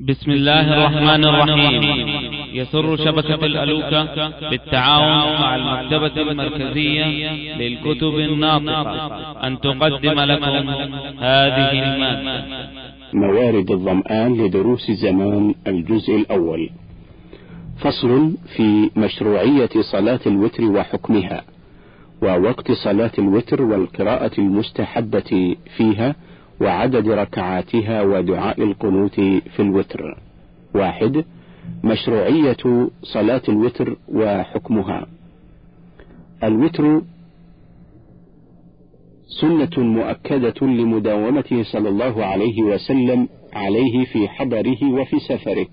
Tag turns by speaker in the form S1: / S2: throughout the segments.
S1: بسم الله الرحمن الرحيم. يسر شبكة الألوكة بالتعاون مع المكتبة المركزية للكتب الناطقة أن تقدم لكم هذه المادة.
S2: موارد الظمآن لدروس زمان الجزء الأول. فصل في مشروعية صلاة الوتر وحكمها، ووقت صلاة الوتر والقراءة المستحبة فيها، وعدد ركعاتها، ودعاء القنوت في الوتر. 1. مشروعية صلاة الوتر وحكمها. الوتر سنة مؤكدة لمداومته صلى الله عليه وسلم عليه في حضره وفي سفره،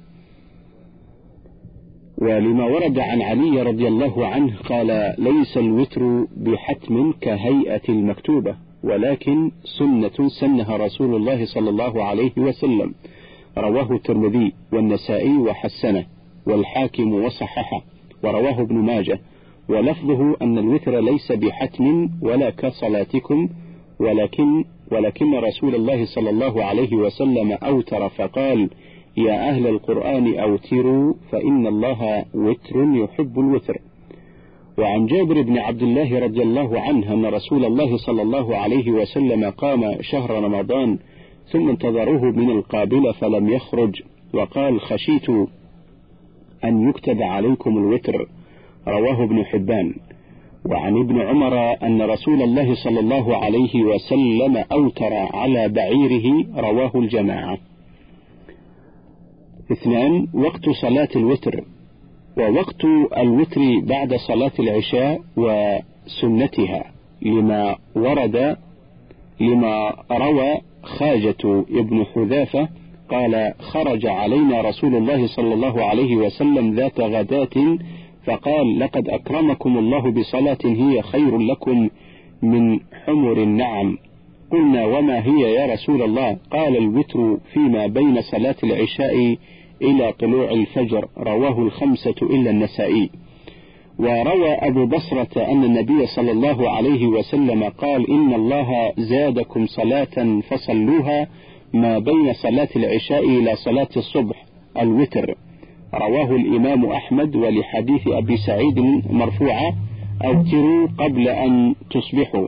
S2: ولما ورد عن علي رضي الله عنه قال: ليس الوتر بحتم كهيئة المكتوبة، ولكن سنة سنها رسول الله صلى الله عليه وسلم. رواه الترمذي والنسائي وحسنه، والحاكم وصححه، ورواه ابن ماجه، ولفظه أن الوتر ليس بحتم ولا كصلاتكم، ولكن رسول الله صلى الله عليه وسلم أوتر فقال: يا أهل القرآن أوتروا فإن الله وتر يحب الوتر. وعن جابر بن عبد الله رضي الله عنه أن رسول الله صلى الله عليه وسلم قام شهر رمضان ثم انتظروه من القابلة فلم يخرج، وقال: خشيت أن يكتب عليكم الوتر. رواه ابن حبان. وعن ابن عمر أن رسول الله صلى الله عليه وسلم أوتر على بعيره. رواه الجماعة. 2. وقت صلاة الوتر. ووقت الوتر بعد صلاة العشاء وسنتها، لما روى خاجة ابن حذافة قال: خرج علينا رسول الله صلى الله عليه وسلم ذات غداة فقال: لقد أكرمكم الله بصلاة هي خير لكم من حمر النعم. قلنا: وما هي يا رسول الله؟ قال: الوتر فيما بين صلاة العشاء إلى طلوع الفجر. رواه الخمسة إلا النسائي. وروى أبو بصرة أن النبي صلى الله عليه وسلم قال: إن الله زادكم صلاة فصلوها ما بين صلاة العشاء إلى صلاة الصبح، الوتر. رواه الإمام أحمد. ولحديث أبي سعيد مرفوعة: أوتروا قبل أن تصبحوا.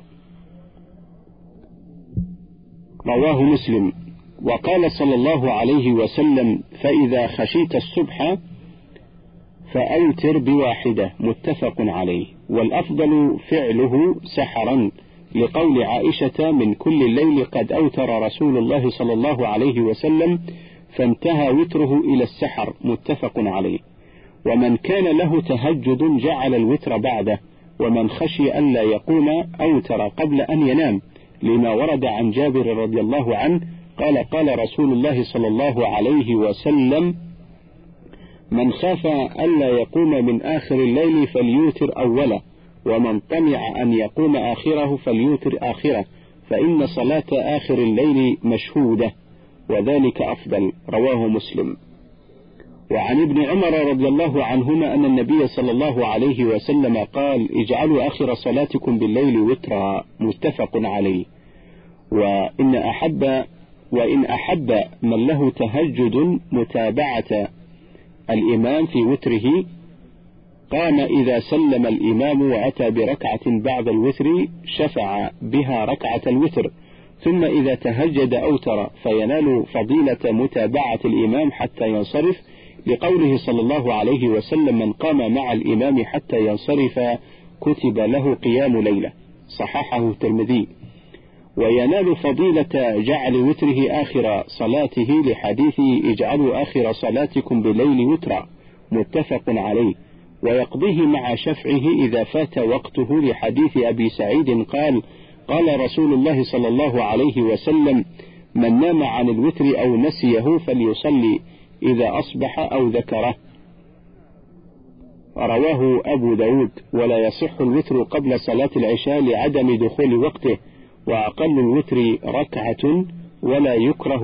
S2: رواه مسلم. وقال صلى الله عليه وسلم: فإذا خشيت الصبح فأوتر بواحدة. متفق عليه. والأفضل فعله سحرا، لقول عائشة: من كل الليل قد أوتر رسول الله صلى الله عليه وسلم فانتهى وتره إلى السحر. متفق عليه. ومن كان له تهجد جعل الوتر بعده، ومن خشي ألا يقوم أوتر قبل أن ينام، لما ورد عن جابر رضي الله عنه قال: قال رسول الله صلى الله عليه وسلم: من خاف ألا يقوم من آخر الليل فليوتر أوله، ومن طمع أن يقوم آخره فليوتر آخره، فإن صلاة آخر الليل مشهودة، وذلك أفضل. رواه مسلم. وعن ابن عمر رضي الله عنهما أن النبي صلى الله عليه وسلم قال: اجعلوا آخر صلاتكم بالليل وترا. متفق عليه. وإن أحب من له تهجد متابعة الإمام في وتره قام إذا سلم الإمام وأتى بركعة بعد الوتر شفع بها ركعة الوتر، ثم إذا تهجد أوتر، فينال فضيلة متابعة الإمام حتى ينصرف، لقوله صلى الله عليه وسلم: من قام مع الإمام حتى ينصرف كتب له قيام ليلة. صححه الترمذي. وينال فضيلة جعل وتره آخر صلاته، لحديث: اجعلوا آخر صلاتكم بالليل وترا. متفق عليه. ويقضيه مع شفعه إذا فات وقته، لحديث أبي سعيد قال: قال رسول الله صلى الله عليه وسلم: من نام عن الوتر أو نسيه فليصلي إذا أصبح أو ذكره. رواه أبو داود. ولا يصح الوتر قبل صلاة العشاء لعدم دخول وقته، وأقل الوتر ركعة، ولا يكره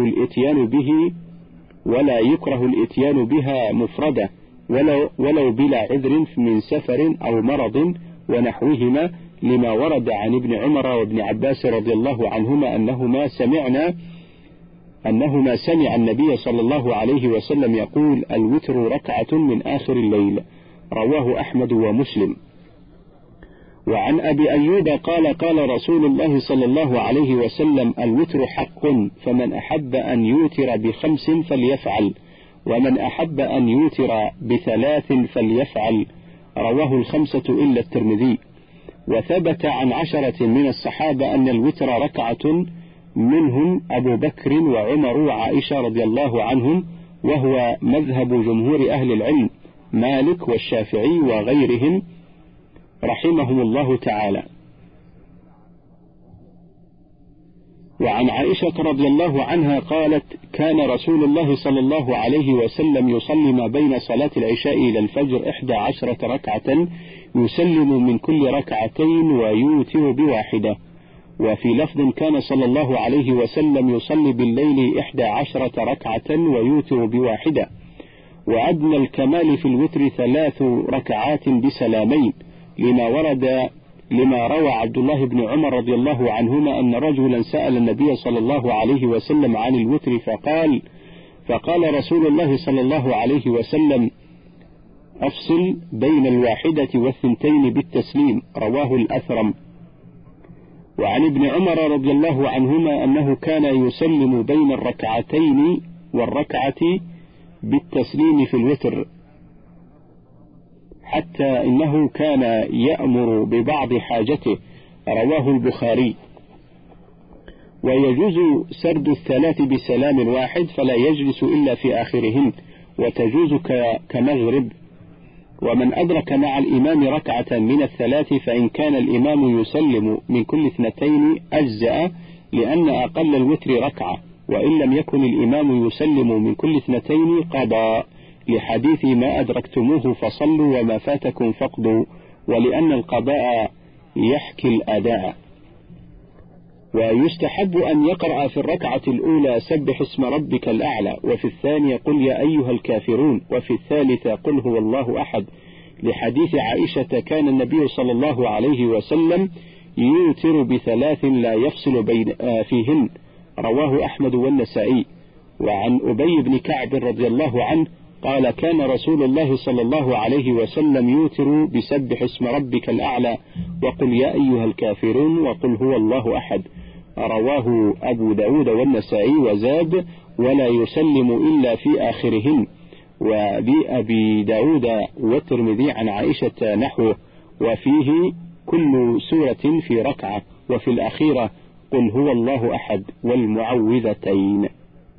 S2: الإتيان بها مفردة، ولو بلا عذر من سفر أو مرض ونحوهما، لما ورد عن ابن عمر وابن عباس رضي الله عنهما أنهما أنهما سمع النبي صلى الله عليه وسلم يقول: الوتر ركعة من آخر الليل. رواه أحمد ومسلم. وعن أبي أيوب قال: قال رسول الله صلى الله عليه وسلم: الوتر حق، فمن أحب أن يوتر ب5 فليفعل، ومن أحب أن يوتر ب3 فليفعل. رواه 5 إلا الترمذي. وثبت عن 10 من الصحابة أن الوتر ركعة، منهم أبو بكر وعمر وعائشة رضي الله عنهم، وهو مذهب جمهور أهل العلم مالك والشافعي وغيرهم رحمهم الله تعالى. وعن عائشة رضي الله عنها قالت: كان رسول الله صلى الله عليه وسلم يصلي ما بين صلاة العشاء إلى الفجر 11 ركعة، يسلم من كل ركعتين ويوتر ب1. وفي لفظ: كان صلى الله عليه وسلم يصلي بالليل 11 ركعة ويوتر ب1. وأدنى الكمال في الوتر 3 ركعات بسلامين، لما روى عبد الله بن عمر رضي الله عنهما أن رجلا سأل النبي صلى الله عليه وسلم عن الوتر فقال رسول الله صلى الله عليه وسلم: أفصل بين 1 و2 بالتسليم. رواه الأثرم. وعن ابن عمر رضي الله عنهما أنه كان يسلم بين الركعتين والركعة بالتسليم في الوتر، حتى إنه كان يأمر ببعض حاجته. رواه البخاري. ويجوز سرد 3 بسلام واحد، فلا يجلس إلا في آخرهن، وتجوز كمغرب. ومن أدرك مع الإمام ركعة من 3 فإن كان الإمام يسلم من كل 2 أجزأ، لأن أقل الوتر ركعة، وإن لم يكن الإمام يسلم من كل 2 قضى، لحديث: ما أدركتموه فصلوا وما فاتكم فقدوا، ولأن القضاء يحكي الأداء. ويستحب أن يقرأ في الركعة الأولى: سبح اسم ربك الأعلى، وفي الثانية: قل يا أيها الكافرون، وفي الثالثة: قل هو الله أحد، لحديث عائشة: كان النبي صلى الله عليه وسلم يوتر ب3 لا يفصل فيهن. رواه أحمد والنسائي. وعن أبي بن كعب رضي الله عنه قال: كان رسول الله صلى الله عليه وسلم يوتر بسبح اسم ربك الأعلى، وقل يا أيها الكافرون، وقل هو الله أحد. رواه أبو داود والنسائي، وزاد: ولا يسلم إلا في آخرهن. وبأبي داود والترمذي عن عائشة نحوه، وفيه: كل سورة في ركعة، وفي الأخيرة: قل هو الله أحد والمعوذتين.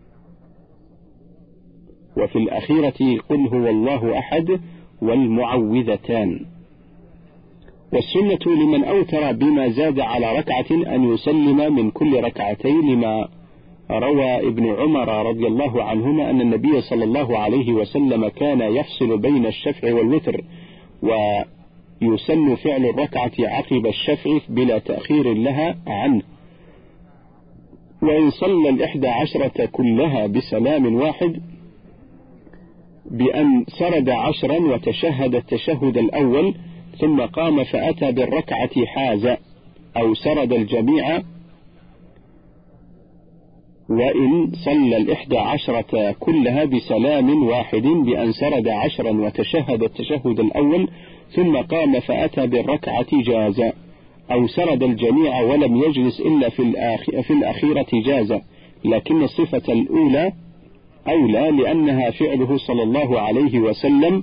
S2: وفي الأخيرة: قل هو الله أحد والمعوذتان. والسنة لمن أوتر بما زاد على ركعة أن يسلم من كل ركعتين، لما روى ابن عمر رضي الله عنهما أن النبي صلى الله عليه وسلم كان يفصل بين الشفع والوتر، ويسن فعل الركعة عقب الشفع بلا تأخير لها عنه. وإن صلى 11 كلها بسلام واحد، بأن سرد 10 وتشهد التشهد الأول، ثم قام فأتى بالركعة حاز، أو سرد الجميع. وإن صلى 11 كلها بسلام واحد، بأن سرد 10 وتشهد التشهد الأول، ثم قام فأتى بالركعة جاز، أو سرد الجميع ولم يجلس إلا في الأخيرة جاز، لكن الصفة الأولى أولى، لأنها فعله صلى الله عليه وسلم،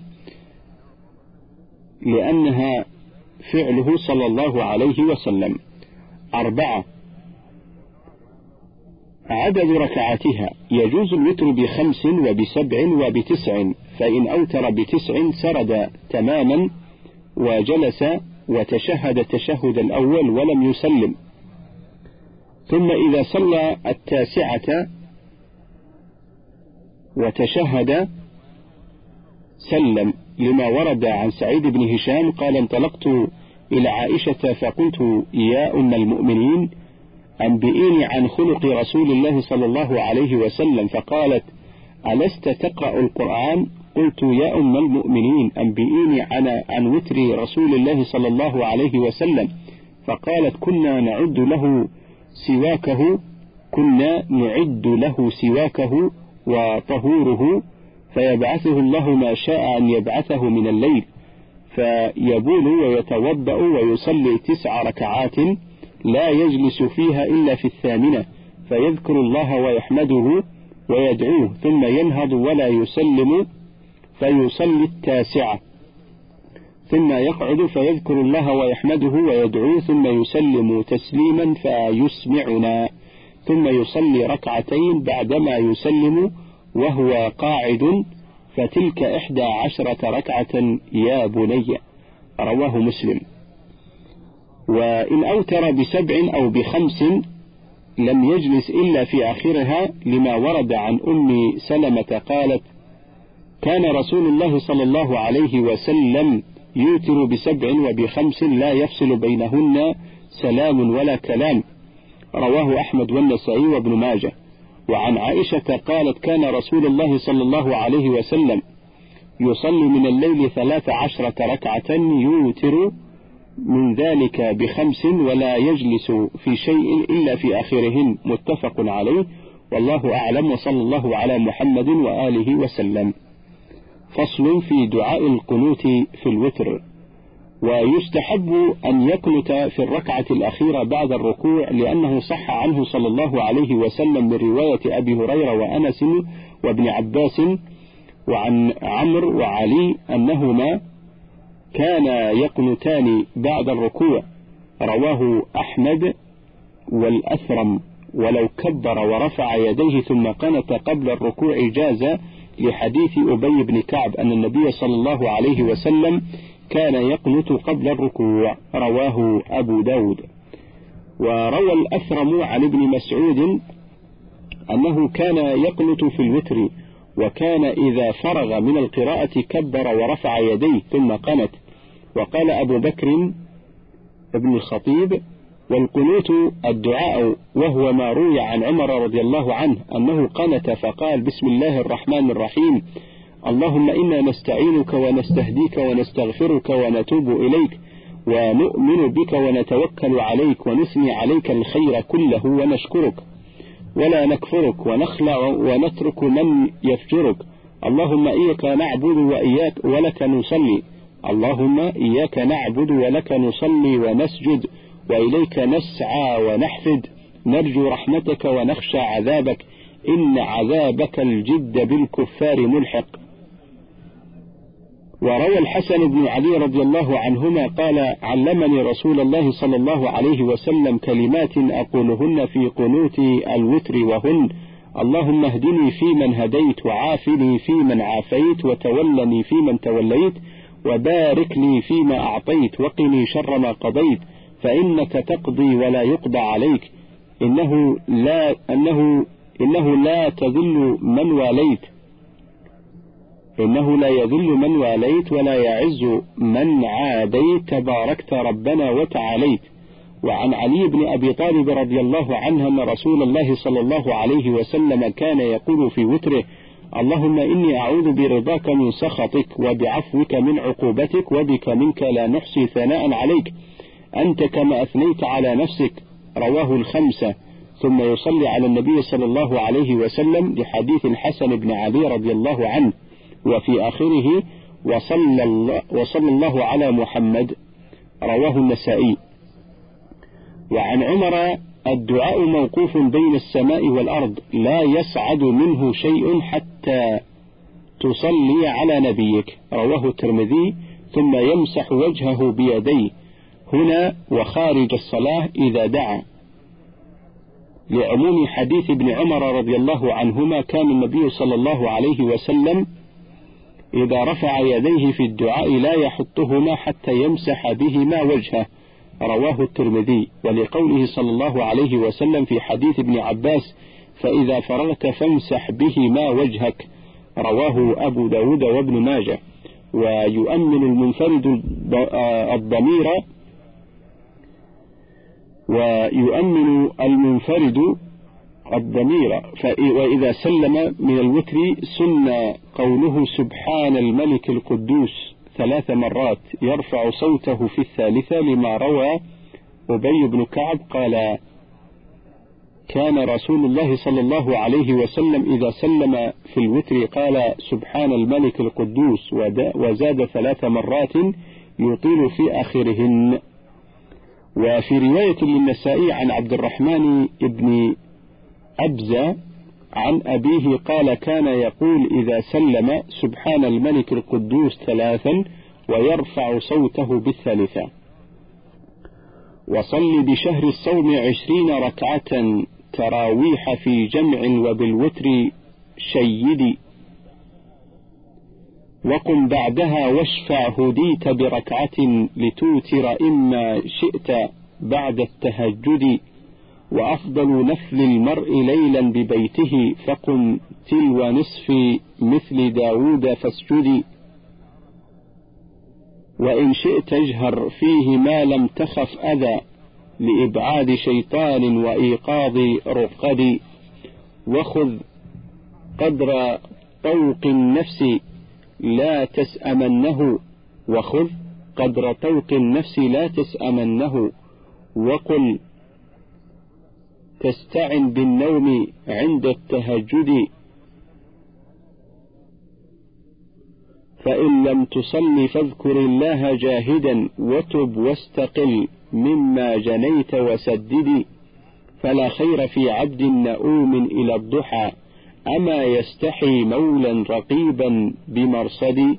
S2: 4. عدد ركعاتها. يجوز الوتر ب5 وب7 وب9، فإن أوتر ب9 سرد تماما وجلس وتشهد التشهد الأول ولم يسلم، ثم إذا صلى 9 وتشهد سلم، لما ورد عن سعيد بن هشام قال: انطلقت إلى عائشة فقلت: يا أم المؤمنين، أنبئيني عن خلق رسول الله صلى الله عليه وسلم، فقالت: ألست تقرأ القرآن؟ قلت: يا أم المؤمنين، أنبئيني عن وتر رسول الله صلى الله عليه وسلم، فقالت: كنا نعد له سواكه كنا نعد له سواكه وطهوره، فيبعثه الله ما شاء أن يبعثه من الليل، فيبول ويتوضأ ويصلي 9 ركعات لا يجلس فيها إلا في 8، فيذكر الله ويحمده ويدعوه، ثم ينهض ولا يسلم فيصلي 9، ثم يقعد فيذكر الله ويحمده ويدعوه، ثم يسلم تسليما فيسمعنا، ثم يصلي 2 ركعتين بعدما يسلم وهو قاعد، فتلك 11 ركعة يا بني. رواه مسلم. وإن أوتر ب7 أو ب5 لم يجلس إلا في آخرها، لما ورد عن أم سلمة قالت: كان رسول الله صلى الله عليه وسلم يوتر ب7 وب5 لا يفصل بينهن سلام ولا كلام. رواه أحمد والنسائي وابن ماجه. وعن عائشة قالت: كان رسول الله صلى الله عليه وسلم يصلي من الليل 13 ركعة يوتر من ذلك ب5 ولا يجلس في شيء إلا في آخرهن. متفق عليه، والله أعلم، وصلى الله على محمد وآله وسلم. فصل في دعاء القنوت في الوتر. ويستحب أن يقنت في الركعة الأخيرة بعد الركوع، لأنه صح عنه صلى الله عليه وسلم من رواية أبي هريرة وأنس وابن عباس وعن عمرو وعلي أنهما كانا يقنتان بعد الركوع. رواه أحمد والأثرم. ولو كبر ورفع يديه ثم قنت قبل الركوع جاز، لحديث أبي بن كعب أن النبي صلى الله عليه وسلم كان يقنت قبل الركوع. رواه أبو داود. وروى الأثرم عن ابن مسعود أنه كان يقنت في الوتر، وكان إذا فرغ من القراءة كبر ورفع يديه ثم قنت. وقال أبو بكر ابن الخطيب: والقنوت الدعاء، وهو ما روي عن عمر رضي الله عنه أنه قنت فقال: بسم الله الرحمن الرحيم، اللهم إنا نستعينك ونستهديك ونستغفرك ونتوب إليك ونؤمن بك ونتوكل عليك ونثني عليك الخير كله ونشكرك ولا نكفرك ونخلع ونترك من يفجرك، اللهم إياك نعبد وإياك ولك نصلي، اللهم إياك نعبد ولك نصلي ونسجد وإليك نسعى ونحفد، نرجو رحمتك ونخشى عذابك، إن عذابك الجد بالكفار ملحق. وروى الحسن بن علي رضي الله عنهما قال: علمني رسول الله صلى الله عليه وسلم كلمات أقولهن في قنوت الوتر، وهن: اللهم اهدني فيمن هديت، وعافني فيمن عافيت، وتولني فيمن توليت، وبارك لي فيما أعطيت، وقني شر ما قضيت، فإنك تقضي ولا يقضى عليك، إنه لا تذل من واليت، إنه لا يذل من واليت ولا يعز من عاديت، تباركت ربنا وتعاليت. وعن علي بن أبي طالب رضي الله عنه أن رسول الله صلى الله عليه وسلم كان يقول في وتره: اللهم إني أعوذ برضاك من سخطك وبعفوك من عقوبتك وبك منك لا نحصي ثناء عليك، أنت كما أثنيت على نفسك. رواه الخمسة. ثم يصلي على النبي صلى الله عليه وسلم، لحديث الحسن بن علي رضي الله عنه. وفي آخره: وصلى الله على محمد. رواه النسائي. وعن عمر: الدعاء موقوف بين السماء والأرض، لا يصعد منه شيء حتى تصلي على نبيك. رواه الترمذي. ثم يمسح وجهه بيديه هنا وخارج الصلاة إذا دعا، لعموم حديث ابن عمر رضي الله عنهما: كان النبي صلى الله عليه وسلم إذا رفع يديه في الدعاء لا يحطهما حتى يمسح بهما وجهه. رواه الترمذي. ولقوله صلى الله عليه وسلم في حديث ابن عباس: فإذا فرغت فامسح بهما وجهك. رواه أبو داود وابن ماجه. ويؤمن المنفرد الضمير وإذا سلم من الوتر سن قوله سبحان الملك القدوس 3 مرات، يرفع صوته في الثالثة، لما روى أبي بن كعب قال: كان رسول الله صلى الله عليه وسلم إذا سلم في الوتر قال سبحان الملك القدوس، وزاد 3 مرات يطيل في آخرهن. وفي رواية للنسائي عن عبد الرحمن بن أبزة عن أبيه قال كان يقول إذا سلم سبحان الملك القدوس 3 ويرفع صوته بالثالثة. وصل بشهر الصوم 20 ركعة تراويح في جمع وبالوتر شيدي، وقم بعدها واشفع هديت بركعة لتوتر إما شئت بعد التهجد، وأفضل نفل المرء ليلا ببيته فقم تلو نصف مثل داود فاسجدي، وإن شئت اجهر فيه ما لم تخف أذى لإبعاد شيطان وإيقاظ رقد، وخذ قدر طوق النفس لا تسأمنه، وخذ قدر طوق النفس لا تسأمنه، وقل تستعن بالنوم عند التهجد، فإن لم تصل فاذكر الله جاهدا وتب واستقل مما جنيت وسدد، فلا خير في عبد نؤوم إلى الضحى أما يستحي مولا رقيبا بمرصد،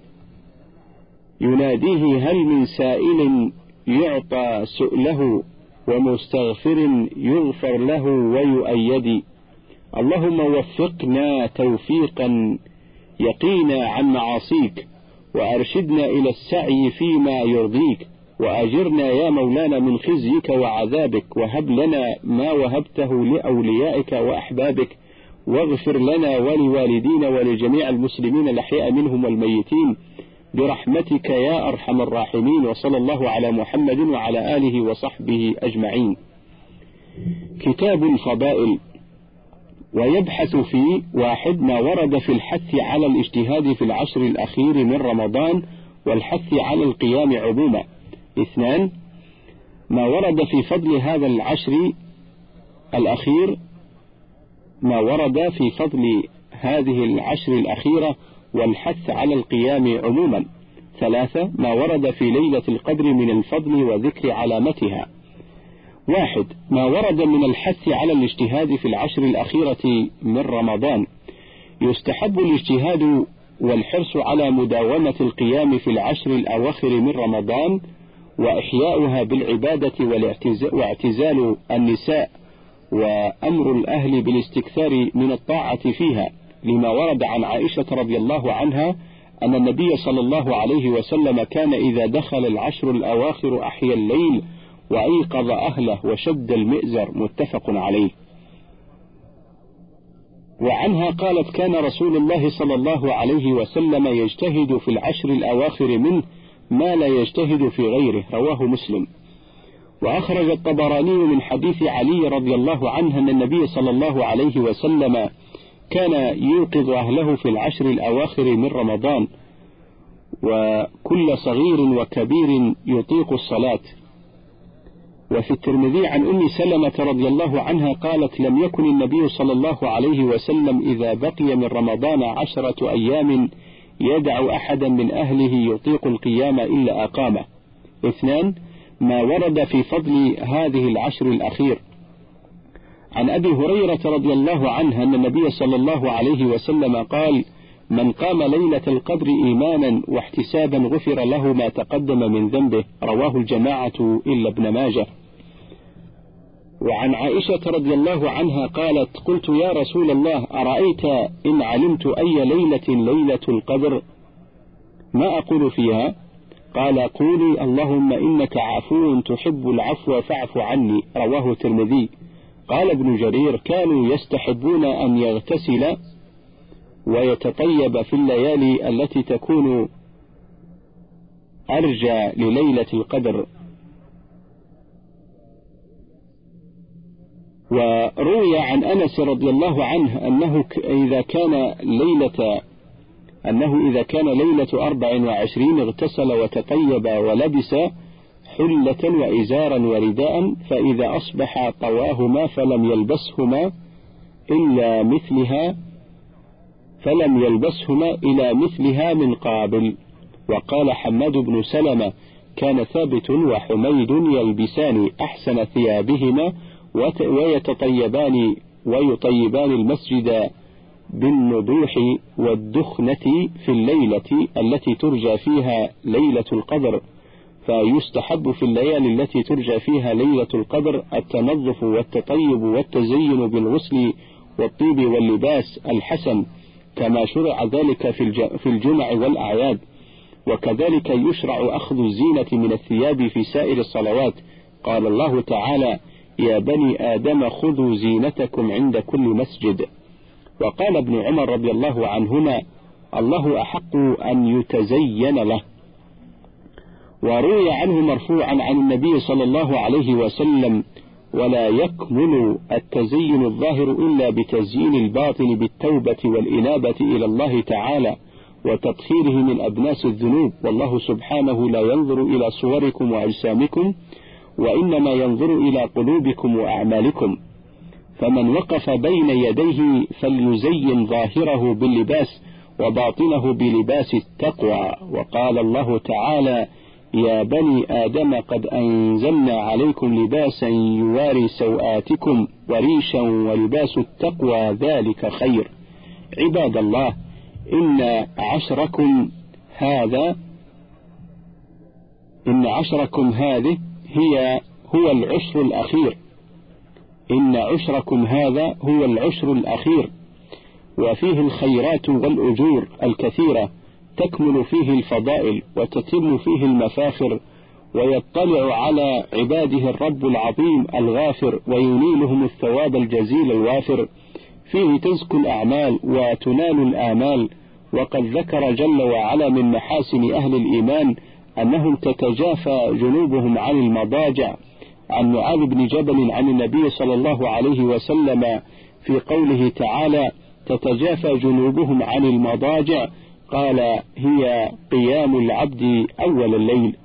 S2: يناديه هل من سائل يعطى سؤله ومستغفر يغفر له ويؤيد، اللهم وفقنا توفيقا يقينا عن معاصيك، وأرشدنا إلى السعي فيما يرضيك، وأجرنا يا مولانا من خزيك وعذابك، وهب لنا ما وهبته لأوليائك وأحبابك، واغفر لنا ولوالدينا ولجميع المسلمين الأحياء منهم والميتين برحمتك يا أرحم الراحمين. وصلى الله على محمد وعلى آله وصحبه أجمعين. كتاب الفضائل. ويبحث في 1 ما ورد في الحث على الاجتهاد في العشر الأخير من رمضان والحث على القيام عموما. 2 ما ورد في فضل هذا العشر الأخير، ما ورد في فضل هذه العشر الأخيرة والحث على القيام عموما. 3 ما ورد في ليلة القدر من الفضل وذكر علامتها. 1 ما ورد من الحث على الاجتهاد في العشر الأخيرة من رمضان. يستحب الاجتهاد والحرص على مداومة القيام في العشر الأواخر من رمضان وإحياؤها بالعبادة واعتزال النساء، وأمر الأهل بالاستكثار من الطاعة فيها، لما ورد عن عائشة رضي الله عنها أن النبي صلى الله عليه وسلم كان إذا دخل العشر الأواخر أحيا الليل وأيقظ أهله وشد المئزر، متفق عليه. وعنها قالت كان رسول الله صلى الله عليه وسلم يجتهد في العشر الأواخر منه ما لا يجتهد في غيره، رواه مسلم. وأخرج الطبراني من حديث علي رضي الله عنه أن النبي صلى الله عليه وسلم كان يوقظ أهله في العشر الأواخر من رمضان، وكل صغير وكبير يطيق الصلاة. وفي الترمذي عن أم سلمة رضي الله عنها قالت لم يكن النبي صلى الله عليه وسلم إذا بقي من رمضان 10 أيام يدع أحدا من أهله يطيق القيام إلا أقامه. 2 ما ورد في فضل هذه العشر الأخير. عن أبي هريرة رضي الله عنه أن النبي صلى الله عليه وسلم قال من قام ليلة القدر إيمانا واحتسابا غفر له ما تقدم من ذنبه، رواه الجماعة إلا ابن ماجه. وعن عائشة رضي الله عنها قالت قلت يا رسول الله أرأيت إن علمت أي ليلة القدر ما أقول فيها؟ قال قولي اللهم إنك عفو تحب العفو فاعف عني، رواه الترمذي. قال ابن جرير كانوا يستحبون أن يغتسل ويتطيب في الليالي التي تكون أرجى لليلة القدر. وروي عن أنس رضي الله عنه أنه إذا كان ليلة 24 اغتسل وتطيب ولبس حلة وإزارا ورداء، فإذا أصبح طواهما فلم يلبسهما إلى مثلها من قابل. وقال حماد بن سلمة: كان ثابت وحميد يلبسان أحسن ثيابهما ويطيبان المسجد بالنضوح والدخنة في الليلة التي ترجى فيها ليلة القدر، فيستحب في الليالي التي ترجى فيها ليلة القدر التنظف والتطيب والتزين بالغسل والطيب واللباس الحسن، كما شرع ذلك في الجمع والأعياد. وكذلك يشرع أخذ الزينة من الثياب في سائر الصلوات. قال الله تعالى: يا بني آدم خذوا زينتكم عند كل مسجد. وقال ابن عمر رضي الله عنهما: الله أحق أن يتزين له. وروي عنه مرفوعا عن النبي صلى الله عليه وسلم: ولا يكمل التزين الظاهر إلا بتزيين الباطن بالتوبة والإنابة إلى الله تعالى وتطهيره من أدناس الذنوب، والله سبحانه لا ينظر إلى صوركم وأجسامكم، وإنما ينظر إلى قلوبكم وأعمالكم. فمن وقف بين يديه فليزين ظاهره باللباس وباطنه بلباس التقوى. وقال الله تعالى: يا بني آدم قد أنزلنا عليكم لباسا يواري سوآتكم وريشا ولباس التقوى ذلك خير. عباد الله، إن عشركم هذه هو العشر الأخير. إن عشركم هذا هو العشر الأخير، وفيه الخيرات والأجور الكثيرة، تكمل فيه الفضائل وتتم فيه المفاخر، ويطلع على عباده الرب العظيم الغافر وينيلهم الثواب الجزيل الوافر. فيه تزكو الأعمال وتنال الآمال. وقد ذكر جل وعلا من محاسن أهل الإيمان أنهم تتجافى جنوبهم عن المضاجع، عن معاذ بن جبل عن النبي صلى الله عليه وسلم في قوله تعالى: تتجافى جنوبهم عن المضاجع، قال: هي قيام العبد أول الليل.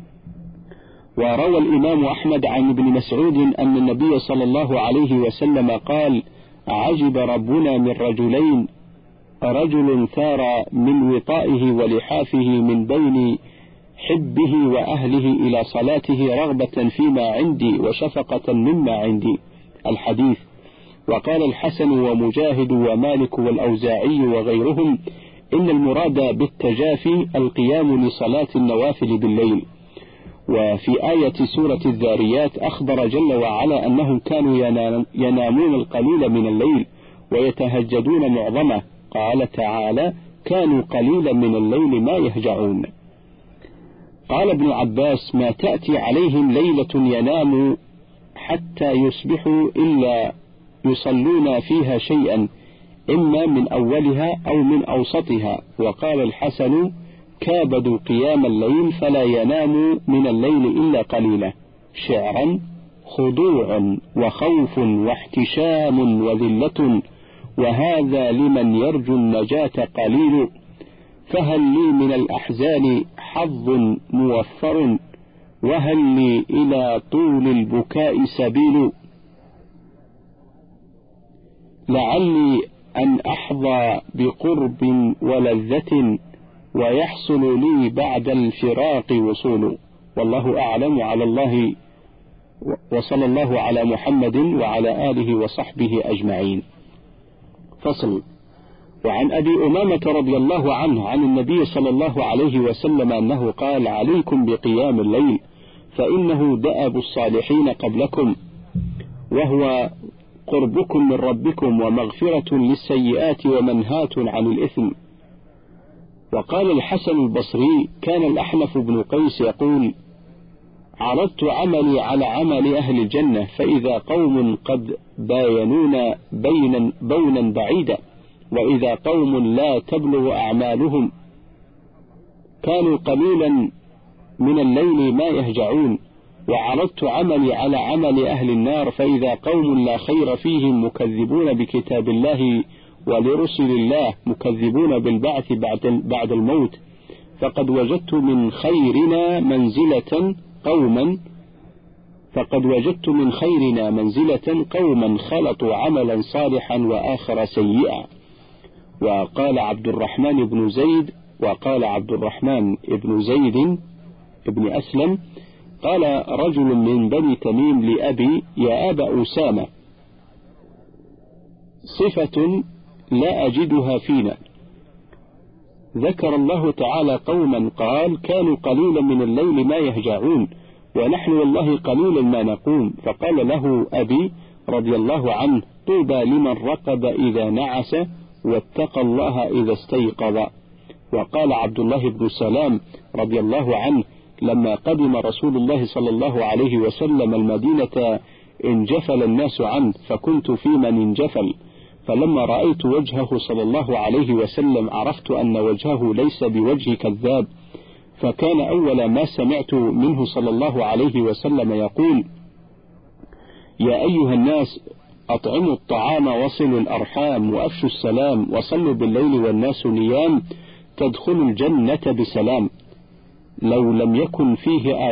S2: وروى الإمام أحمد عن ابن مسعود أن النبي صلى الله عليه وسلم قال: عجب ربنا من رجلين: رجل ثار من وطائه ولحافه من بين حبه وأهله إلى صلاته رغبة فيما عندي وشفقة مما عندي. الحديث. وقال الحسن ومجاهد ومالك والأوزاعي وغيرهم: إن المراد بالتجافي القيام لصلاة النوافل بالليل. وفي آية سورة الذاريات أخبر جل وعلا أنهم كانوا ينامون القليل من الليل ويتهجدون معظمه. قال تعالى: كانوا قليلا من الليل ما يهجعون. قال ابن عباس: ما تأتي عليهم ليلة ينام حتى يصبحوا إلا يصلون فيها شيئا، إما من أولها أو من أوسطها. وقال الحسن: كابدوا قيام الليل فلا ينام من الليل إلا قليلا. شعرا: خضوع وخوف واحتشام وذلة، وهذا لمن يرجو النجاة قليل. فهل لي من الأحزان حظ موفر، وهل لي إلى طول البكاء سبيل. لعلي أن أحظى بقرب ولذة، ويحصل لي بعد الفراق وصول. والله أعلم. على الله وصلى الله على محمد وعلى آله وصحبه أجمعين. فصل. وعن أبي أمامة رضي الله عنه عن النبي صلى الله عليه وسلم أنه قال: عليكم بقيام الليل، فإنه دأب الصالحين قبلكم، وهو قربكم من ربكم ومغفرة للسيئات ومنهاة عن الإثم. وقال الحسن البصري: كان الأحنف بن قيس يقول: عرضت عملي على عمل أهل الجنة، فإذا قوم قد باينون بونا بعيدا، وإذا قوم لا تبلغ أعمالهم كانوا قليلا من الليل ما يهجعون. وعرضت عملي على عمل أهل النار، فإذا قوم لا خير فيهم مكذبون بكتاب الله ولرسل الله، مكذبون بالبعث بعد الموت، فقد وجدت من خيرنا منزلة قوما فقد وجدت من خيرنا منزلة قوما خلطوا عملا صالحا وآخر سيئا. وقال عبد الرحمن بن زيد بن أسلم قال رجل من بني تميم لأبي: يا أبا أسامة، صفة لا أجدها فينا. ذكر الله تعالى قوما قال: كانوا قليلا من الليل ما يهجعون، ونحن والله قليلا ما نقوم. فقال له أبي رضي الله عنه: طوبى لمن رقب إذا نعس واتقى الله إذا استيقظ. وقال عبد الله بن سلام رضي الله عنه: لما قدم رسول الله صلى الله عليه وسلم المدينة انجفل الناس عنه، فكنت في من انجفل، فلما رأيت وجهه صلى الله عليه وسلم عرفت أن وجهه ليس بوجه كذاب. فكان أول ما سمعت منه صلى الله عليه وسلم يقول: يا أيها الناس، أطعموا الطعام وصلوا الأرحام وأفشوا السلام وصلوا بالليل والناس نيام تدخلوا الجنة بسلام. لو لم يكن فيه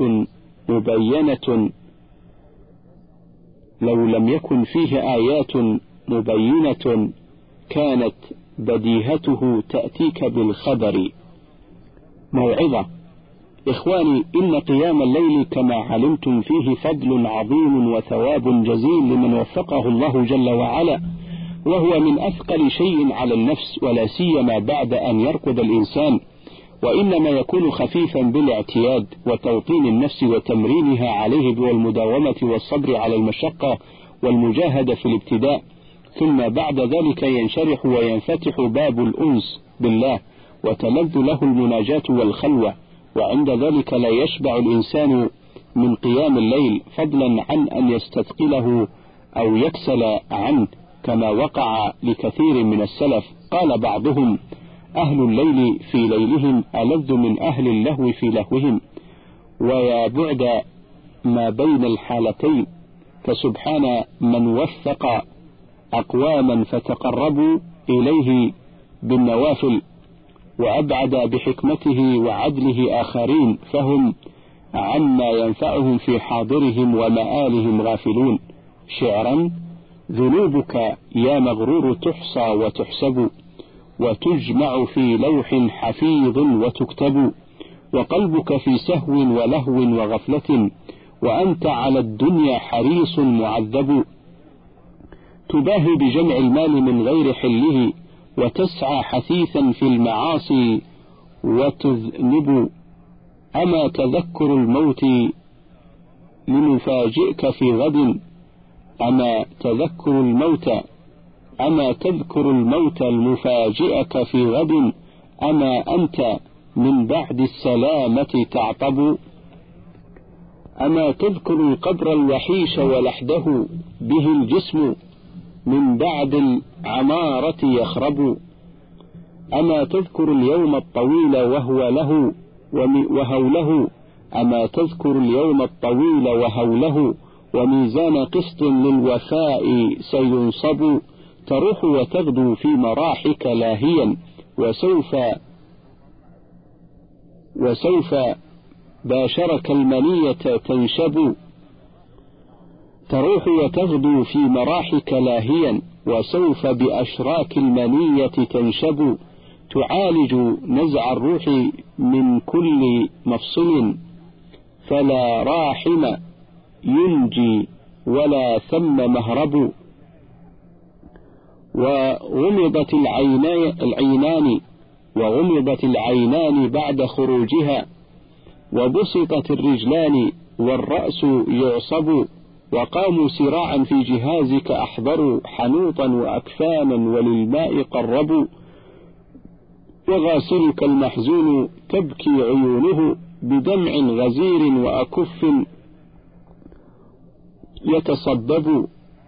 S2: آيات مبينة كانت بديهته تأتيك بالخبر. موعظة. إخواني، إن قيام الليل كما علمتم فيه فضل عظيم وثواب جزيل لمن وفقه الله جل وعلا، وهو من أثقل شيء على النفس، ولا سيما بعد أن يرقد الإنسان، وإنما يكون خفيفا بالاعتياد وتوطين النفس وتمرينها عليه والمداومة والصبر على المشقة والمجاهدة في الابتداء، ثم بعد ذلك ينشرح وينفتح باب الأنس بالله وتلذ له المناجاة والخلوة، وعند ذلك لا يشبع الإنسان من قيام الليل، فضلا عن أن يستثقله أو يكسل عنه، كما وقع لكثير من السلف. قال بعضهم: أهل الليل في ليلهم ألذ من أهل اللهو في لهوهم. ويا بعد ما بين الحالتين، فسبحان من وفق أقواما فتقربوا إليه بالنوافل، وأبعد بحكمته وعدله آخرين فهم عما ينفعهم في حاضرهم ومآلهم غافلون. شعرا: ذنوبك يا مغرور تحصى وتحسب، وتجمع في لوح حفيظ وتكتب، وقلبك في سهو ولهو وغفلة، وأنت على الدنيا حريص معذب. تباهي بجمع المال من غير حله، وتسعى حثيثا في المعاصي وتذنب. أما تذكر الموت لنفاجئك في غد، أما تذكر الموت المفاجئك في غد، أما أنت من بعد السلامة تعطب. أما تذكر القبر الوحيش ولحده به الجسم من بعد العمارة يخرب. أما تذكر اليوم الطويل وهوله، أما تذكر اليوم الطويل وهوله، وميزان قسط للوفاء سينصب. تروح وتغدو في مراحك لاهيا، وسوف باشرك المنية تنشب. تروح وتغدو في مراحك لاهيا، وسوف بأشراك المنية تنشب. تعالج نزع الروح من كل مفصل، فلا راحم ينجي ولا ثم مهرب. وغمضت العينان بعد خروجها، وبسطت الرجلان والرأس يعصب. وقاموا سراعا في جهازك أحضروا حنوطا وأكفانا وللماء قربوا. وغاسلك المحزون تبكي عيونه بدمع غزير وأكف يتصبب.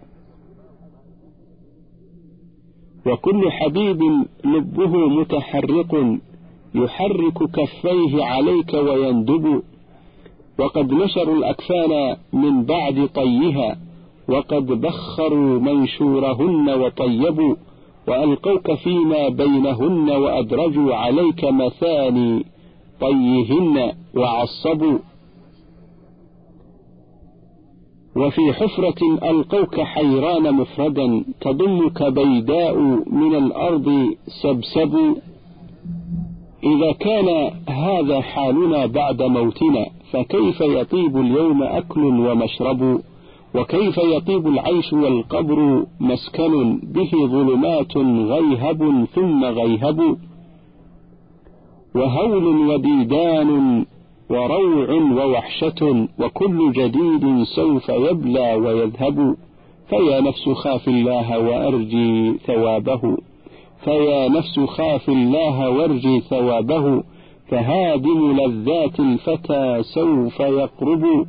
S2: وكل حبيب لبه متحرق يحرك كفيه عليك ويندب. وقد نشروا الأكفان من بعد طيها، وقد بخروا منشورهن وطيبوا. وألقوك فيما بينهن وأدرجوا عليك مثاني طيهن وعصبوا. وفي حفرة ألقوك حيران مفردا تضمك بيداء من الأرض سبسب. إذا كان هذا حالنا بعد موتنا فكيف يطيب اليوم أكل ومشرب، وكيف يطيب العيش والقبر مسكن به ظلمات غيهب ثم غيهب، وهول وديدان وروع ووحشة وكل جديد سوف يبلى ويذهب. فيا نفس خاف الله وأرجي ثوابه، فيا نفس خاف الله وارجي ثوابه، فهادم لذات الفتى سوف يقرب.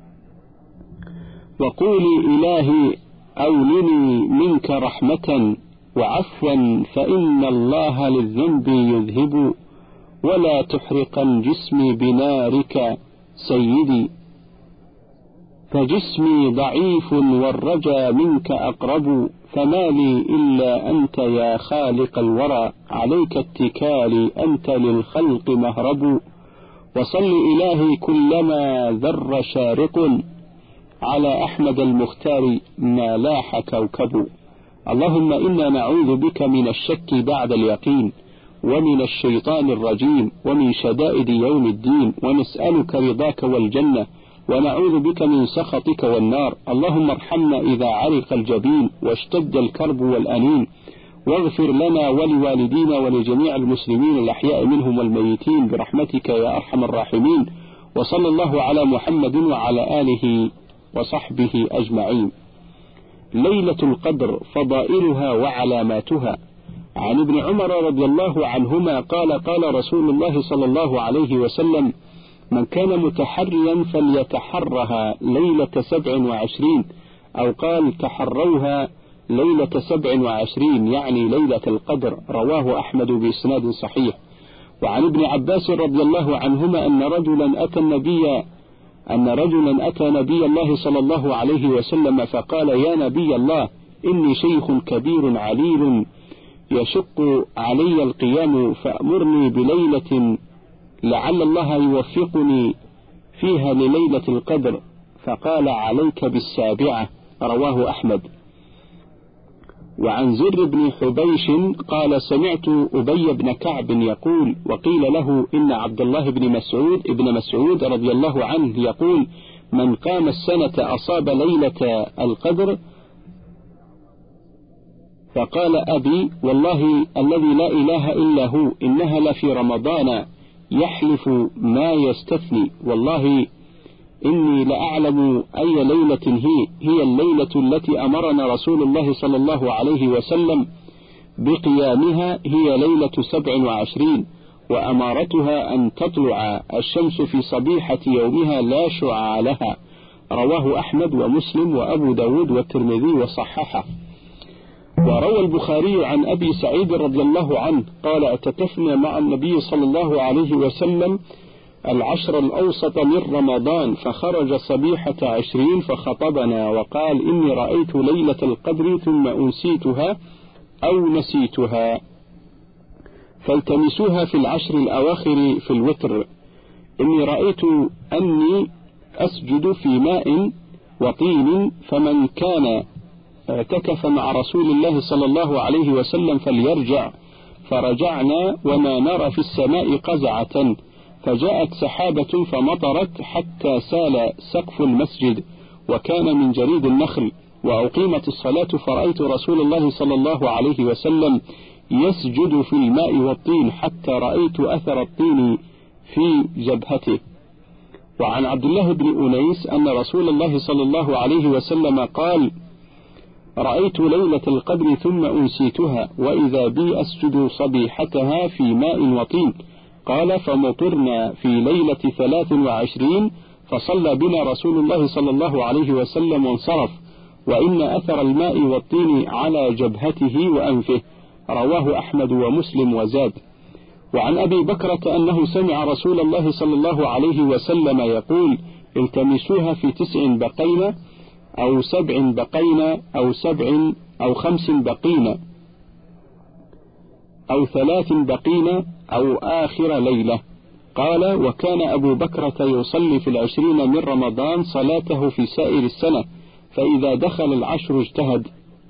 S2: وقولي إلهي أولني منك رحمة وعفوا فإن الله للذنب يذهب، ولا تحرقا جسمي بنارك سيدي، فجسمي ضعيف والرجا منك أقرب، فما لي إلا أنت يا خالق الورى، عليك اتكالي أنت للخلق مهرب. وصل إلهي كلما ذر شارق على أحمد المختار ما لاح كوكب. اللهم إنا نعوذ بك من الشك بعد اليقين، ومن الشيطان الرجيم، ومن شدائد يوم الدين، ونسألك رضاك والجنة، ونعوذ بك من سخطك والنار. اللهم ارحمنا إذا عرق الجبين واشتد الكرب والأنين، واغفر لنا ولوالدينا ولجميع المسلمين الأحياء منهم والميتين برحمتك يا أرحم الراحمين. وصلى الله على محمد وعلى آله وصحبه أجمعين. ليلة القدر فضائلها وعلاماتها. عن ابن عمر رضي الله عنهما قال قال رسول الله صلى الله عليه وسلم: من كان متحريا فليتحرها ليلة 27، أو قال تحروها ليلة 27 يعني ليلة القدر. رواه أحمد بإسناد صحيح. وعن ابن عباس رضي الله عنهما أن رجلا أتى نبي الله صلى الله عليه وسلم فقال: يا نبي الله، إني شيخ كبير عليل يشق علي القيام، فأمرني بليلة لعل الله يوفقني فيها لليلة القدر. فقال: عليك بالسابعة. رواه أحمد. وعن زر بن حبيش قال: سمعت أبي بن كعب يقول، وقيل له إن عبد الله ابن مسعود رضي الله عنه يقول: من قام السنة أصاب ليلة القدر. فقال أبي: والله الذي لا إله إلا هو، إنها لفي رمضان، يحلف ما يستثني، والله إني لأعلم أي ليلة هي الليلة التي أمرنا رسول الله صلى الله عليه وسلم بقيامها، هي ليلة 27، وأمارتها أن تطلع الشمس في صبيحة يومها لا شعاع لها. رواه أحمد ومسلم وأبو داود والترمذي وصححه. وروى البخاري عن أبي سعيد رضي الله عنه قال: اعتكفنا مع النبي صلى الله عليه وسلم العشر الأوسط من رمضان، فخرج صبيحة 20 فخطبنا وقال: إني رأيت ليلة القدر ثم أنسيتها أو نسيتها، فالتمسوها في العشر الأواخر في الوتر. إني رأيت أني أسجد في ماء وطين، فمن كان اعتكف مع رسول الله صلى الله عليه وسلم فليرجع. فرجعنا وما نرى في السماء قزعة، فجاءت سحابة فمطرت حتى سال سقف المسجد، وكان من جريد النخل، وأقيمت الصلاة، فرأيت رسول الله صلى الله عليه وسلم يسجد في الماء والطين حتى رأيت أثر الطين في جبهته. وعن عبد الله بن أنيس أن رسول الله صلى الله عليه وسلم قال: رأيت ليلة القدر ثم أنسيتها، وإذا بي أسجد صبيحتها في ماء وطين. قال: فمطرنا في ليلة 23، فصلى بنا رسول الله صلى الله عليه وسلم وانصرف، وإن أثر الماء والطين على جبهته وأنفه. رواه أحمد ومسلم وزاد. وعن أبي بكرة أنه سمع رسول الله صلى الله عليه وسلم يقول: التمسوها في 9 بقين، أو 7 بقين، أو 7 أو 5 بقين، أو 3 بقين، أو آخر ليلة. قال: وكان أبو بكرة يصلي في 20 من رمضان صلاته في سائر السنة، فإذا دخل العشر اجتهد.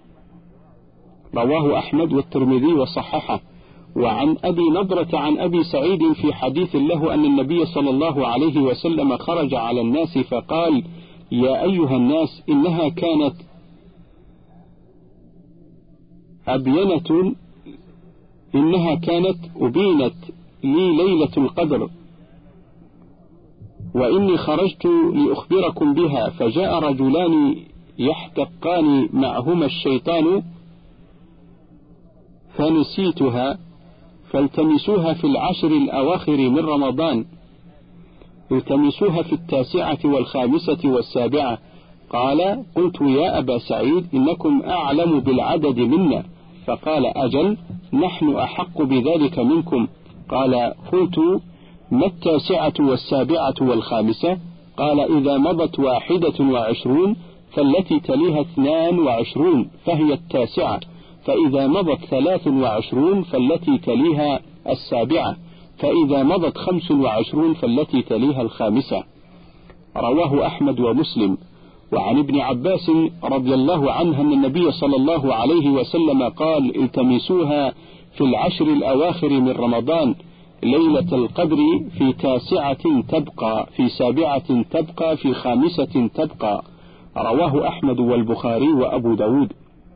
S2: رواه أحمد والترمذي وصححه. وعن أبي نضرة عن أبي سعيد في حديث له أن النبي صلى الله عليه وسلم خرج على الناس فقال: يا أيها الناس، إنها كانت أبينت لي ليلة القدر، وإني خرجت لأخبركم بها، فجاء رجلان يحتقان معهما الشيطان فنسيتها، فالتمسوها في العشر الأواخر من رمضان، التمسوها في 9 و5 و7. قال: قلت يا أبا سعيد إنكم أعلم بالعدد منا. فقال: أجل، نحن أحق بذلك منكم. قال: قلت: ما 9 و7 و5؟ قال: إذا مضت 21 فالتي تليها 22 فهي 9، فإذا مضت 23 فالتي تليها 7، فإذا مضت 25 فالتي تليها 5. رواه أحمد ومسلم. وعن ابن عباس رضي الله عنه أن النبي صلى الله عليه وسلم قال: التمسوها في العشر الأواخر من رمضان، ليلة القدر في 9 تبقى، في 7 تبقى، في 5 تبقى. رواه أحمد والبخاري وأبو داود.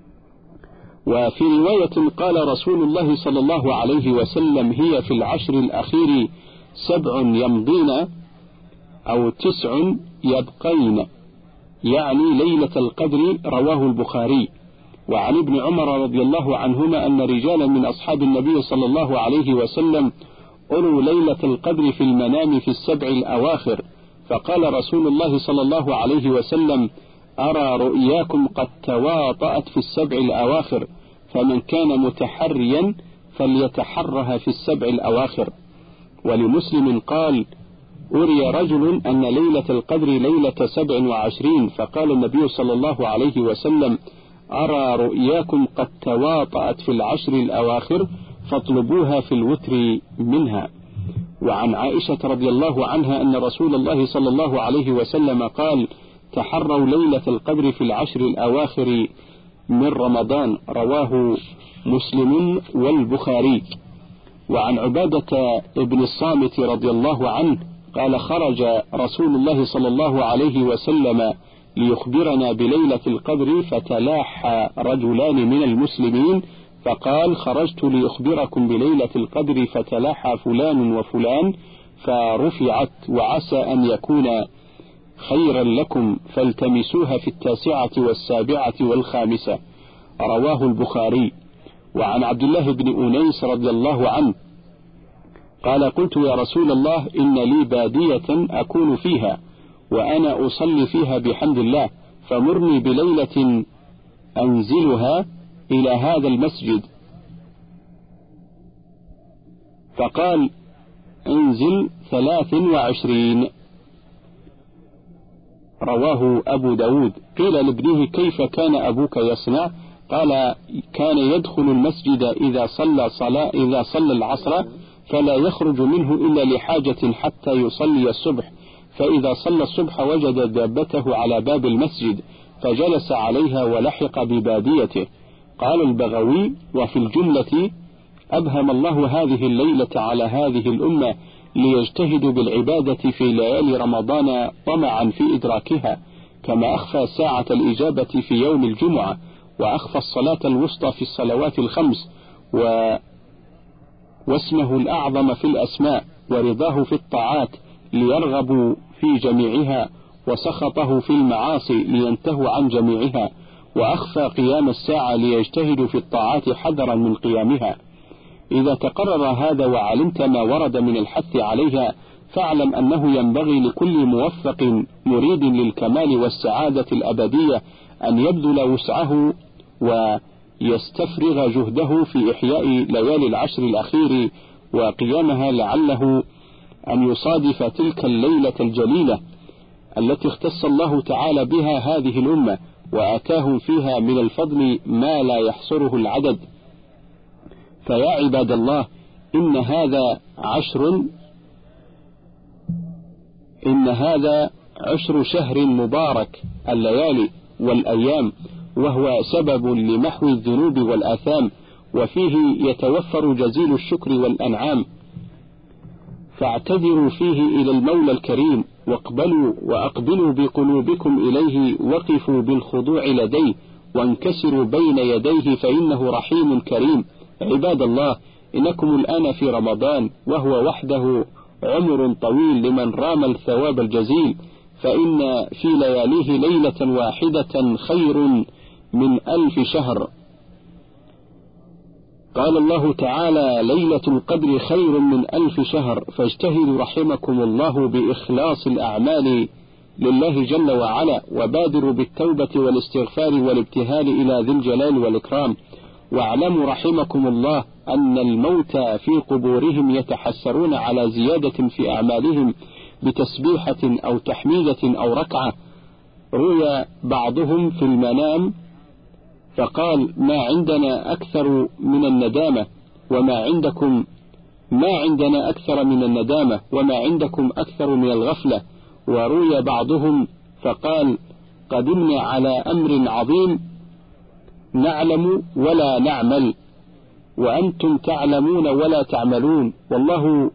S2: وفي رواية قال رسول الله صلى الله عليه وسلم: هي في العشر الأخير 7 يمضين أو 9 يبقين، يعني ليلة القدر. رواه البخاري. وعن ابن عمر رضي الله عنهما أن رجالا من أصحاب النبي صلى الله عليه وسلم أروا ليلة القدر في المنام في 7 الأواخر، فقال رسول الله صلى الله عليه وسلم: أرى رؤياكم قد تواطأت في 7 الأواخر، فمن كان متحريا فليتحرها في 7 الأواخر. ولمسلم قال: أري رجل أن ليلة القدر ليلة 27، فقال النبي صلى الله عليه وسلم: أرى رؤياكم قد تواطأت في العشر الأواخر، فاطلبوها في الوتر منها. وعن عائشة رضي الله عنها أن رسول الله صلى الله عليه وسلم قال: تحروا ليلة القدر في العشر الأواخر من رمضان. رواه مسلم والبخاري. وعن عبادة ابن الصامت رضي الله عنه قال: خرج رسول الله صلى الله عليه وسلم ليخبرنا بليلة القدر، فتلاحى رجلان من المسلمين، فقال: خرجت ليخبركم بليلة القدر، فتلاحى فلان وفلان، فرفعت، وعسى أن يكون خيرا لكم، فالتمسوها في 9 و7 و5. رواه البخاري. وعن عبد الله بن أنيس رضي الله عنه قال: قلت يا رسول الله، إن لي بادية أكون فيها وأنا أصلي فيها بحمد الله، فمرني بليلة أنزلها إلى هذا المسجد. فقال: انزل 23. رواه أبو داود. قيل لابنه: كيف كان أبوك يصنع؟ قال: كان يدخل المسجد إذا صلى العصر فلا يخرج منه إلا لحاجة حتى يصلي الصبح، فإذا صلى الصبح وجد دابته على باب المسجد فجلس عليها ولحق بباديته. قال البغوي: وفي الجملة أبهم الله هذه الليلة على هذه الأمة ليجتهدوا بالعبادة في ليالي رمضان طمعا في إدراكها، كما أخفى ساعة الإجابة في يوم الجمعة، وأخفى الصلاة الوسطى في الصلوات الخمس، واسمه الأعظم في الأسماء، ورضاه في الطاعات ليرغبوا في جميعها، وسخطه في المعاصي لينتهوا عن جميعها، وأخفى قيام الساعة ليجتهدوا في الطاعات حذرا من قيامها. إذا تقرر هذا وعلمت ما ورد من الحث عليها، فاعلم أنه ينبغي لكل موفق مريد للكمال والسعادة الأبدية أن يبذل وسعه ويستفرغ جهده في إحياء ليالي العشر الأخير وقيامها، لعله أن يصادف تلك الليلة الجليلة التي اختص الله تعالى بها هذه الأمة، وآتاهم فيها من الفضل ما لا يحصره العدد. فيا عباد الله، إن هذا عشر شهر مبارك الليالي، والأيام، وهو سبب لمحو الذنوب والآثام، وفيه يتوفر جزيل الشكر والأنعام. فاعتذروا فيه إلى المولى الكريم، وأقبلوا بقلوبكم إليه، وقفوا بالخضوع لديه، وانكسروا بين يديه، فإنه رحيم كريم. عباد الله، إنكم الآن في رمضان، وهو وحده عمر طويل لمن رام الثواب الجزيل، فإن في لياليه ليلة واحدة خير من 1000 شهر. قال الله تعالى: ليلة القدر خير من 1000 شهر. فاجتهدوا رحمكم الله بإخلاص الأعمال لله جل وعلا، وبادروا بالتوبة والاستغفار والابتهال إلى ذي الجلال والإكرام. واعلموا رحمكم الله أن الموتى في قبورهم يتحسرون على زيادة في أعمالهم بتسبيحة أو تحميدة أو ركعة. روي بعضهم في المنام فقال: ما عندنا أكثر من الندامة وما عندكم، ما عندنا أكثر من الندامة وما عندكم أكثر من الغفلة. وروي بعضهم فقال: قدمنا على أمر عظيم نعلم ولا نعمل، وأنتم تعلمون ولا تعملون، والله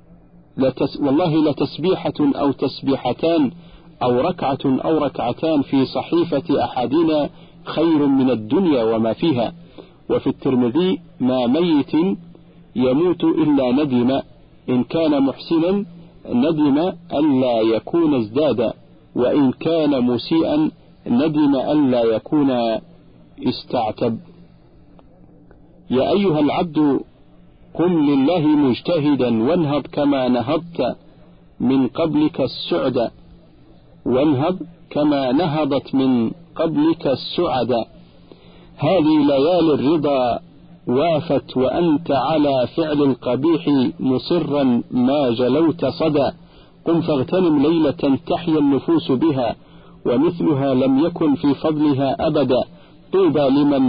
S2: لتسبيحة أو تسبيحتان أو ركعة أو ركعتان في صحيفة أحدنا خير من الدنيا وما فيها. وفي الترمذي: ما ميت يموت إلا ندم، إن كان محسنا ندم ألا يكون ازداد، وإن كان مسيئا ندم ألا يكون استعتب. يا أيها العبد قم لله مجتهدا، وانهض كما نهضت من قبلك السعد، وانهض كما نهضت من قبلك السعد. هذه ليالي الرضا وافت، وأنت على فعل القبيح مصرا ما جلوت صدى. قم فاغتنم ليلة تحيا النفوس بها، ومثلها لم يكن في فضلها أبدا. طوبى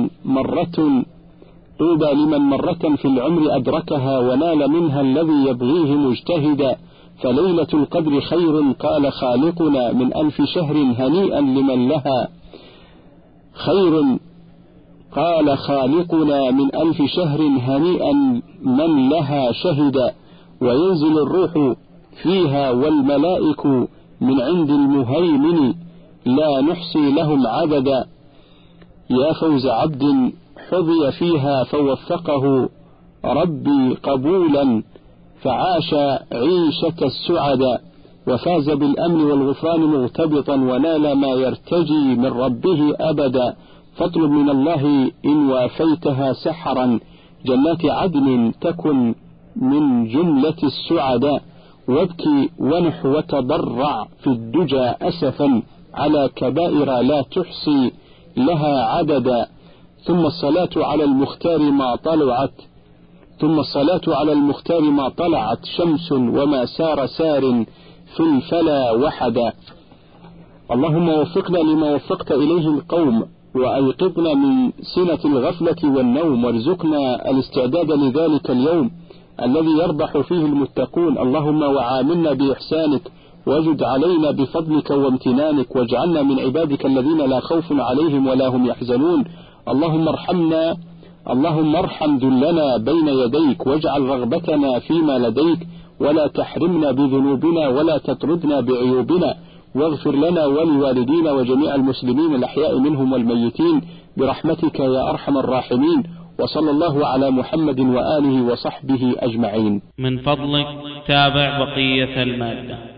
S2: لمن مرة في العمر أدركها، ونال منها الذي يبغيه مجتهدا. فليلة القدر خير قال خالقنا من 1000 شهر، هنيئا لمن لها خير قال خالقنا من 1000 شهر، هنيئا من لها شهد. وينزل الروح فيها والملائك من عند المهيمن، لا نحصي لهم عددا. يا فوز عبد حظي فيها فوفقه ربي قبولا، فعاش عيشة السعداء، وفاز بالأمن والغفران مغتبطا، ونال ما يرتجي من ربه أبدا. فاطلب من الله إن وافيتها سحرا جنات عدن تكن من جملة السعداء. وابكي ونح وتضرع في الدجى أسفا على كبائر لا تحصي لها عددا. ثم الصلاة على المختار ما طلعت شمس، وما سار سار في الفلا وحدا. اللهم وفقنا لما وفقت إليه القوم، وأيقظنا من سنة الغفلة والنوم، وارزقنا الاستعداد لذلك اليوم الذي يربح فيه المتقون. اللهم وعاملنا بإحسانك، واجد علينا بفضلك وامتنانك، واجعلنا من عبادك الذين لا خوف عليهم ولا هم يحزنون. اللهم ارحم ذلنا بين يديك، واجعل رغبتنا فيما لديك، ولا تحرمنا بذنوبنا ولا تطردنا بعيوبنا. واغفر لنا ولوالدينا وجميع المسلمين الأحياء منهم والميتين برحمتك يا أرحم الراحمين. وصلى الله على محمد وآله وصحبه أجمعين.
S1: من فضلك تابع بقية المادة.